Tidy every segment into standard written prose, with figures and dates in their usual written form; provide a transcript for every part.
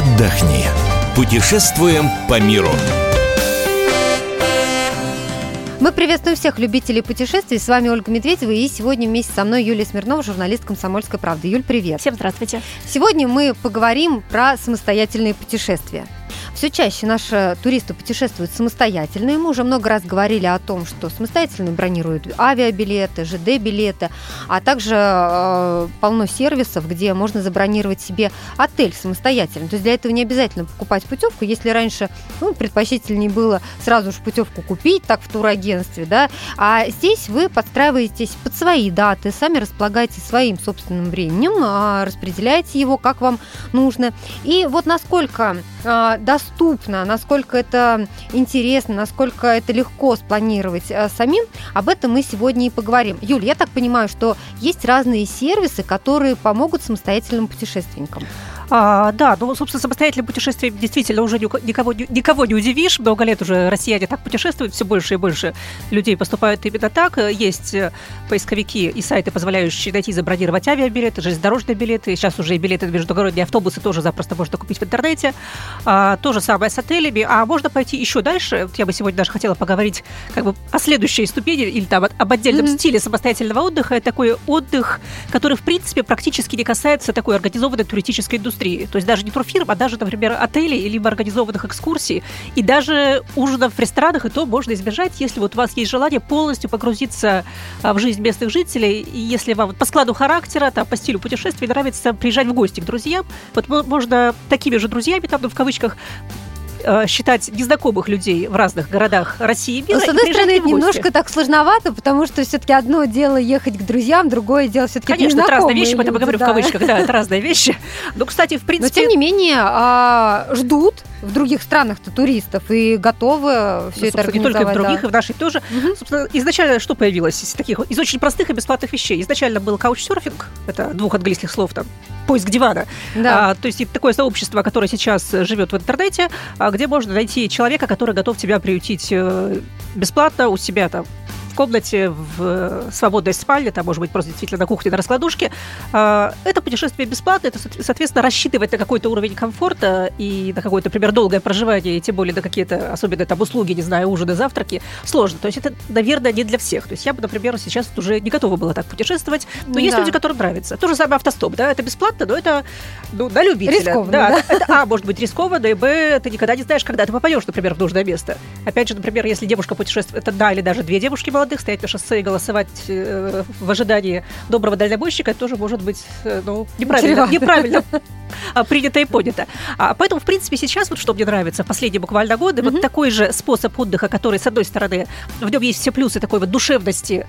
отдохни. Путешествуем по миру. Мы приветствуем всех любителей путешествий. С вами Ольга Медведева. И сегодня вместе со мной Юлия Смирнова, журналист «Комсомольской правды». Юль, привет. Всем здравствуйте. Сегодня мы поговорим про самостоятельные путешествия. Все чаще наши туристы путешествуют самостоятельно. И мы уже много раз говорили о том, что самостоятельно бронируют авиабилеты, ЖД-билеты, а также полно сервисов, где можно забронировать себе отель самостоятельно. То есть для этого не обязательно покупать путевку. Если раньше предпочтительнее было сразу же путевку купить, так в турагентстве, да, а здесь вы подстраиваетесь под свои даты, сами располагаете своим собственным временем, распределяете его, как вам нужно. И вот насколько доступно, насколько это интересно, насколько это легко спланировать самим, об этом мы сегодня и поговорим. Юль, я так понимаю, что есть разные сервисы, которые помогут самостоятельным путешественникам. Да, собственно, самостоятельное путешествие действительно уже никого не удивишь. Много лет уже россияне так путешествуют, все больше и больше людей поступают именно так. Есть поисковики и сайты, позволяющие найти и забронировать авиабилеты, железнодорожные билеты. Сейчас уже и билеты на междугородные автобусы тоже запросто можно купить в интернете. То же самое с отелями. А можно пойти еще дальше. Я бы сегодня даже хотела поговорить о следующей ступени или об отдельном стиле самостоятельного отдыха. Это такой отдых, который, в принципе, практически не касается такой организованной туристической индустрии. То есть даже не турфирм, а даже, например, отелей, либо организованных экскурсий. И даже ужинов в ресторанах, и то можно избежать, если вот у вас есть желание полностью погрузиться в жизнь местных жителей. И если вам по складу характера, по стилю путешествий нравится приезжать в гости к друзьям, вот можно такими же друзьями, в кавычках, считать незнакомых людей в разных городах России и мира. С одной стороны, это немножко так сложновато, потому что все-таки одно дело ехать к друзьям, другое дело все-таки к незнакомым. Конечно, это разные вещи, поэтому говорю в кавычках, да, это разные вещи. Но, кстати, в принципе... Но, тем не менее, ждут в других странах-то туристов и готовы все это организовать. Не только и в других, и в нашей тоже. Собственно, изначально что появилось из очень простых и бесплатных вещей? Изначально был каучсерфинг, это двух английских слов, поиск дивана. Да. То есть это такое сообщество, которое сейчас живет в интернете, где можно найти человека, который готов тебя приютить бесплатно у себя в комнате, в свободной спальне, может быть, просто действительно на кухне, на раскладушке. Это путешествие бесплатно, это, соответственно, рассчитывать на какой-то уровень комфорта и на какое-то, например, долгое проживание, и тем более на какие-то особенные услуги, не знаю, ужины, завтраки, сложно. То есть это, наверное, не для всех. То есть я бы, например, сейчас уже не готова была так путешествовать, но есть люди, которым нравится. То же самое автостоп, это бесплатно, но это на любителя. Рискованно, да. Это, может быть рискованно, и б, ты никогда не знаешь, когда ты попадешь, например, в нужное место. Опять же, например, если девушка путешествует, это или даже две девушки молодых, стоять на шоссе и голосовать в ожидании доброго дальнобойщика, это тоже может быть неправильно принято и понято. Поэтому, в принципе, сейчас что мне нравится в последние буквально годы, вот такой же способ отдыха, который, с одной стороны, в нем есть все плюсы такой душевности,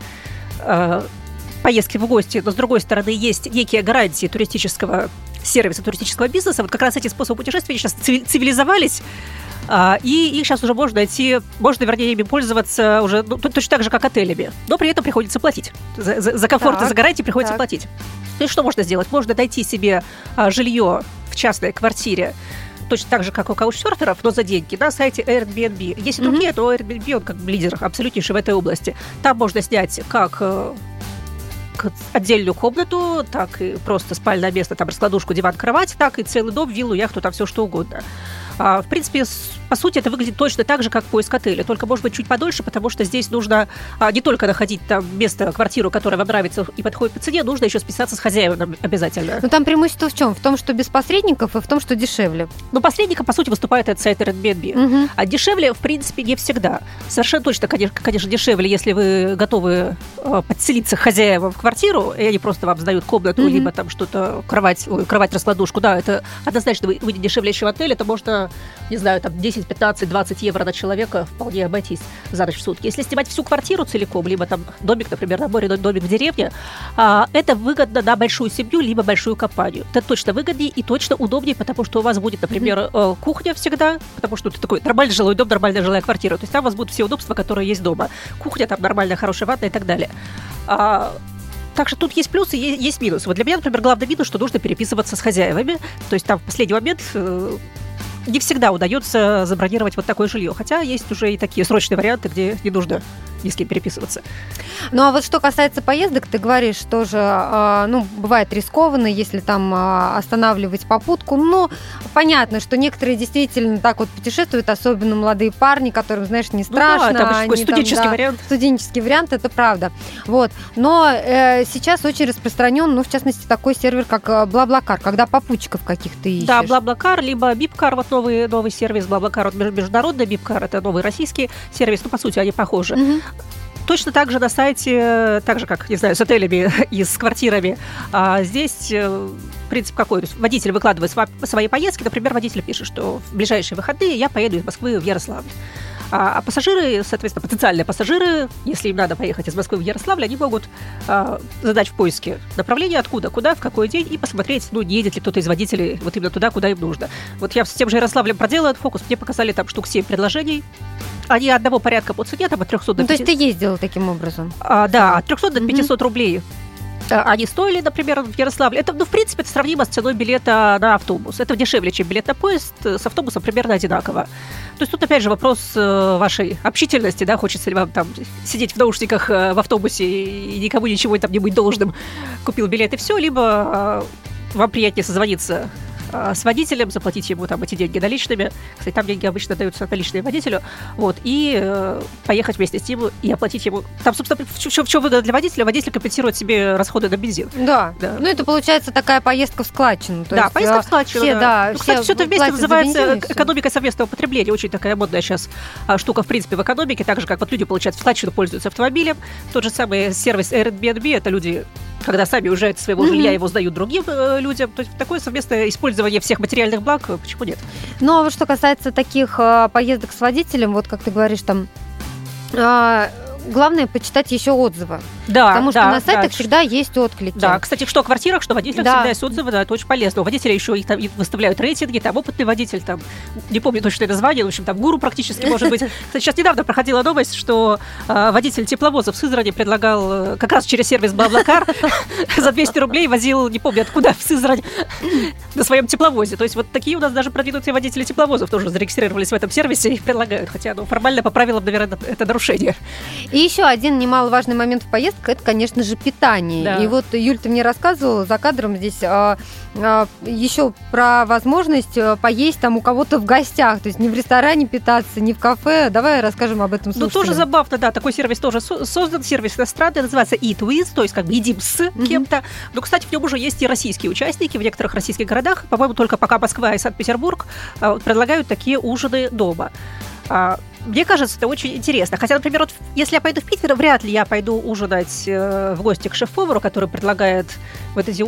поездки в гости, но, с другой стороны, есть некие гарантии туристического сервиса, туристического бизнеса. Вот как раз эти способы путешествия сейчас цивилизовались, и их сейчас уже можно найти, вернее, ими пользоваться уже точно так же, как отелями. Но при этом приходится платить. За комфорт и за гарантии приходится платить. То есть что можно сделать? Можно найти себе жилье в частной квартире, точно так же, как у каучсерферов, но за деньги, на сайте Airbnb. Если другие, то Airbnb, он как лидер абсолютнейший в этой области. Там можно снять как отдельную комнату, так и просто спальное место, раскладушку, диван, кровать, так и целый дом, виллу, яхту, все что угодно. В принципе, по сути, это выглядит точно так же, как поиск отеля, только, может быть, чуть подольше, потому что здесь нужно не только находить место, квартиру, которая вам нравится и подходит по цене, нужно еще списаться с хозяином обязательно. Но там преимущество в чем? В том, что без посредников, и в том, что дешевле. Посредником, по сути, выступает этот сайт Airbnb. А дешевле, в принципе, не всегда. Совершенно точно, конечно, дешевле, если вы готовы подселиться к хозяевам в квартиру, и они просто вам сдают комнату, либо что-то, кровать-раскладушку. Да, это однозначно выйдет дешевле, чем отель. Это можно, не знаю, 10, 15, 20 евро на человека вполне обойтись за ночь в сутки. Если снимать всю квартиру целиком, либо домик, например, на море, домик в деревне, это выгодно на большую семью, либо большую компанию. Это точно выгоднее и точно удобнее, потому что у вас будет, например, кухня всегда, потому что это такой нормальный жилой дом, нормальная жилая квартира. То есть там у вас будут все удобства, которые есть дома. Кухня, нормальная, хорошая ванна и так далее. Так что тут есть плюсы, есть минусы. Вот для меня, например, главный минус, что нужно переписываться с хозяевами. То есть там в последний момент не всегда удается забронировать вот такое жилье. Хотя есть уже и такие срочные варианты, где не нужно ни с кем переписываться. Ну, а вот что касается поездок, ты говоришь, тоже, бывает рискованно, если там останавливать попутку. Но понятно, что некоторые действительно так вот путешествуют, особенно молодые парни, которым, знаешь, не страшно. Там такой студенческий вариант. Студенческий вариант, это правда. Вот. Но сейчас очень распространен, в частности, такой сервер, как BlaBlaCar, когда попутчиков каких-то ищешь. Да, BlaBlaCar, либо BipCar, вот новый сервис BlaBlaCar, международный BipCar, это новый российский сервис, по сути, они похожи. Точно так же на сайте, так же, как, не знаю, с отелями и с квартирами, здесь принцип какой? То есть водитель выкладывает свои поездки, например, водитель пишет, что в ближайшие выходные я поеду из Москвы в Ярославль. А пассажиры, соответственно, потенциальные пассажиры, если им надо поехать из Москвы в Ярославль, они могут задать в поиске направление, откуда, куда, в какой день, и посмотреть, не едет ли кто-то из водителей вот именно туда, куда им нужно. Вот я с тем же Ярославлем проделала этот фокус, мне показали там штук 7 предложений. Они одного порядка по цене, там от 300 до 500. То есть ты ездила таким образом? Да, от 300 до 500 рублей. Они стоили, например, в Ярославле. Это, в принципе, это сравнимо с ценой билета на автобус. Это дешевле, чем билет на поезд. С автобусом примерно одинаково. То есть тут, опять же, вопрос вашей общительности, да, хочется ли вам там сидеть в наушниках в автобусе и никому ничего там не быть должным. Купил билет и все, либо вам приятнее созвониться с водителем, заплатить ему там эти деньги наличными. Кстати, там деньги обычно даются наличные водителю. Вот, и поехать вместе с ним и оплатить ему. Там, собственно, в чем выгода для водителя? Водитель компенсирует себе расходы на бензин. Да. Ну, это получается такая поездка в складчину. Да, поездка в складчину, да. Кстати, все это вместе называется экономика совместного потребления. Очень такая модная сейчас штука, в принципе, в экономике. Так же, как вот люди, получается, в складчину пользуются автомобилем. Тот же самый сервис Airbnb, это люди, когда сами уезжают из своего жилья, его сдают другим людям. То есть такое совместное использование всех материальных благ, почему нет? Ну, а вот что касается таких поездок с водителем, вот как ты говоришь, там главное почитать еще отзывы. Да, потому что на сайтах всегда есть отклики. Да, кстати, что в квартирах, что в водителях всегда есть отзывы, да, это очень полезно. У водителя еще их там выставляют рейтинги, там опытный водитель, там, не помню точное название, в общем, там гуру практически может быть. Кстати, сейчас недавно проходила новость, что водитель тепловоза в Сызрани предлагал как раз через сервис BlaBlaCar за 200 рублей возил, не помню откуда, в Сызрань на своем тепловозе. То есть вот такие у нас даже продвинутые водители тепловозов тоже зарегистрировались в этом сервисе и предлагают, хотя, формально по правилам, наверное, это нарушение. И еще один немаловажный момент в поездках – это, конечно же, питание. Да. И вот, Юль, ты мне рассказывала за кадром здесь еще про возможность поесть там у кого-то в гостях, то есть не в ресторане питаться, не в кафе. Давай расскажем об этом слушателям. Ну, тоже забавно, да, такой сервис тоже создан, сервис иностранный, называется Eat With, то есть как бы едим с кем-то. Но, кстати, в нем уже есть и российские участники в некоторых российских городах. По-моему, только пока Москва и Санкт-Петербург предлагают такие ужины дома. Мне кажется, это очень интересно. Хотя, например, вот, если я пойду в Питер, вряд ли я пойду ужинать в гости к шеф-повару, который предлагает вот эти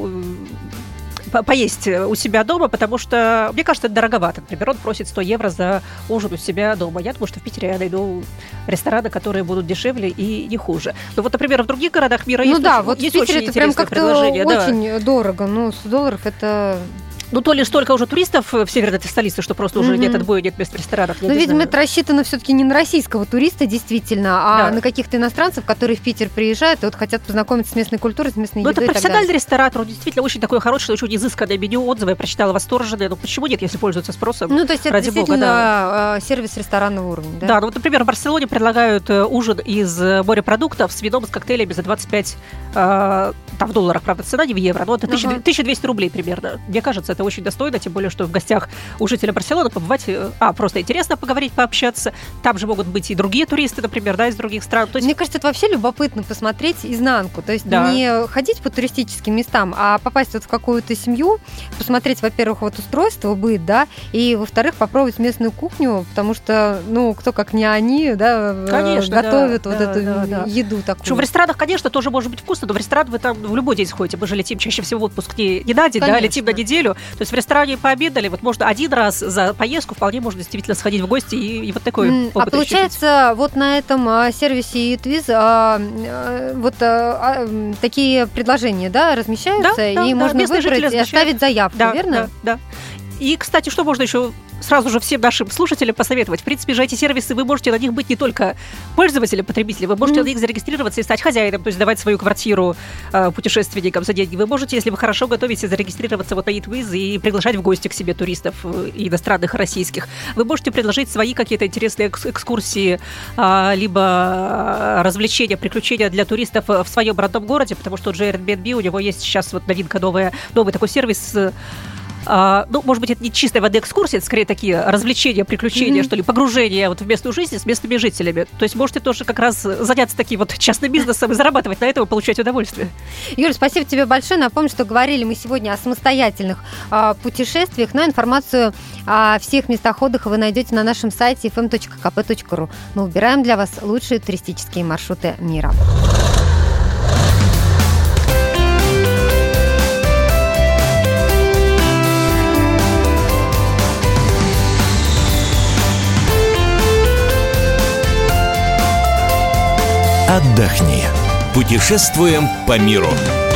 поесть у себя дома, потому что, мне кажется, это дороговато. Например, он просит 100 евро за ужин у себя дома. Я думаю, что в Питере я найду рестораны, которые будут дешевле и не хуже. Но вот, например, в других городах мира есть вот в Питере это прям как-то очень дорого. Ну, $100 это... Ну, то ли столько уже туристов в северной столице, что просто уже нет отбоя, нет мест в ресторанах. Ну, видимо, это рассчитано все-таки не на российского туриста, действительно, а на каких-то иностранцев, которые в Питер приезжают и вот хотят познакомиться с местной культурой, с местной едой. Ну, это профессиональный ресторатор, он действительно очень такой хороший, очень изысканное меню, отзывы я прочитала восторженные. Ну, почему нет, если пользуются спросом? Ну, то есть это действительно сервис ресторанного уровня, да? Да, ну вот, например, в Барселоне предлагают ужин из морепродуктов с вином, с коктейлями за 25 там, в долларах, правда, цена не в евро, но это 1200 рублей примерно. Мне кажется, это очень достойно, тем более, что в гостях у жителя Барселоны побывать, просто интересно поговорить, пообщаться. Там же могут быть и другие туристы, например, да, из других стран. То есть... Мне кажется, это вообще любопытно посмотреть изнанку. То есть не ходить по туристическим местам, а попасть вот в какую-то семью, посмотреть, во-первых, вот устройство, быт, да, и, во-вторых, попробовать местную кухню, потому что, ну, кто как не они, да, конечно, готовят эту еду такую. Что в ресторанах, конечно, тоже может быть вкусно, но в ресторан вы там в любой день сходите. Мы же летим чаще всего в отпуск не на день, да, летим на неделю. То есть в ресторане пообедали, вот можно один раз за поездку вполне можно действительно сходить в гости и вот такой опыт. А получается, вот на этом сервисе EatWith такие предложения, да, размещаются, и можно выбрать и оставить заявку, верно? Да. И, кстати, что можно еще сразу же всем нашим слушателям посоветовать? В принципе же эти сервисы, вы можете на них быть не только пользователем, потребителем, вы можете на них зарегистрироваться и стать хозяином, то есть давать свою квартиру путешественникам за деньги. Вы можете, если вы хорошо готовите, зарегистрироваться вот на EatWiz и приглашать в гости к себе туристов иностранных, российских. Вы можете предложить свои какие-то интересные экскурсии, либо развлечения, приключения для туристов в своем родном городе, потому что уже Airbnb, у него есть сейчас вот новинка, новый такой сервис. Может быть, это не чистой воды экскурсия, это скорее такие развлечения, приключения, что ли, погружения вот в местную жизнь с местными жителями. То есть можете тоже как раз заняться таким вот частным бизнесом и зарабатывать на этом и получать удовольствие. Юль, спасибо тебе большое. Напомню, что говорили мы сегодня о самостоятельных путешествиях. Но информацию о всех местах отдыха вы найдете на нашем сайте fm.kp.ru. Мы выбираем для вас лучшие туристические маршруты мира. Отдохни. Путешествуем по миру.